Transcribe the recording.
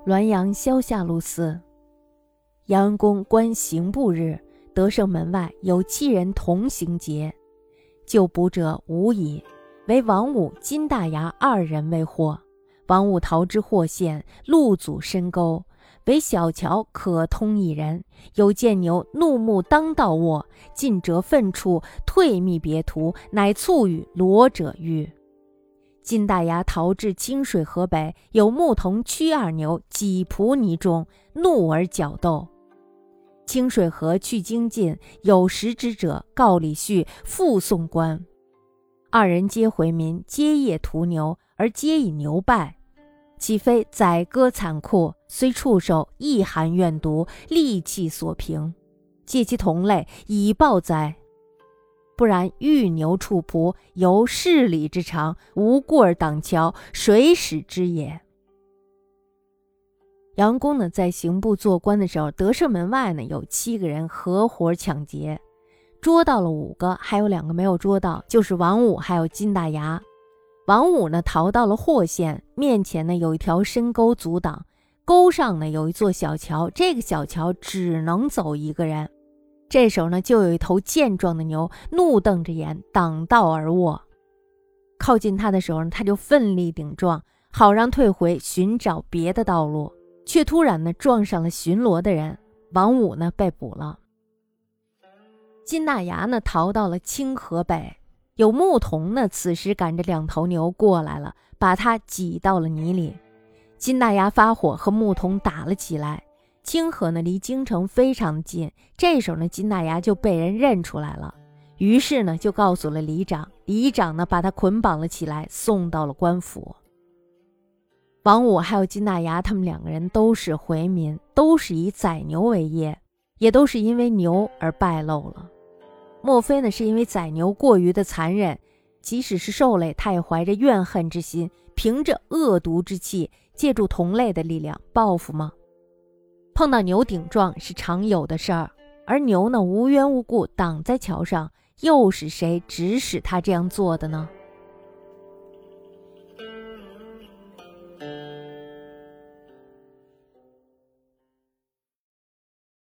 滦阳萧下路寺，阳安宫观刑部日，德胜门外有7人同行劫，救捕者无矣，唯王武、金大牙2人未获。王武逃之获现，路阻深沟，唯小桥可通1人。有见牛怒目当道卧，尽折粪处，退觅别途，乃促与罗者遇。金大牙逃至清水河北，有牧童驱2牛，几仆泥中，怒而角斗。清水河去经尽，有识之者告李旭复送官。2人皆回民，皆夜屠牛，而皆以牛败。岂非宰割残酷，虽触手亦含怨毒，戾气所平，借其同类以报哉？不然遇牛触仆，由事理之常，无故而挡桥，谁使之也？杨公呢，在刑部做官的时候，德胜门外呢有7个人合伙抢劫，捉到了5个，还有2个没有捉到，就是王武还有金大牙。王武呢逃到了霍县，面前呢有一条深沟阻挡，沟上呢有一座小桥，这个小桥只能走1个人。这时候呢，就有一头健壮的牛怒瞪着眼，挡道而卧。靠近他的时候呢，他就奋力顶撞，好让退回寻找别的道路，却突然呢撞上了巡逻的人。王武呢被捕了。金大牙呢逃到了清河北，有牧童呢此时赶着2头牛过来了，把他挤到了泥里。金大牙发火，和牧童打了起来。清河呢离京城非常近，这时候呢金大牙就被人认出来了，于是呢就告诉了里长，里长呢把他捆绑了起来，送到了官府。王武还有金大牙他们2个人都是回民，都是以宰牛为业，也都是因为牛而败露了。莫非呢是因为宰牛过于的残忍，即使是兽类他也怀着怨恨之心，凭着恶毒之气，借助同类的力量报复吗？碰到牛顶撞是常有的事儿，而牛呢无缘无故挡在桥上，又是谁指使他这样做的呢？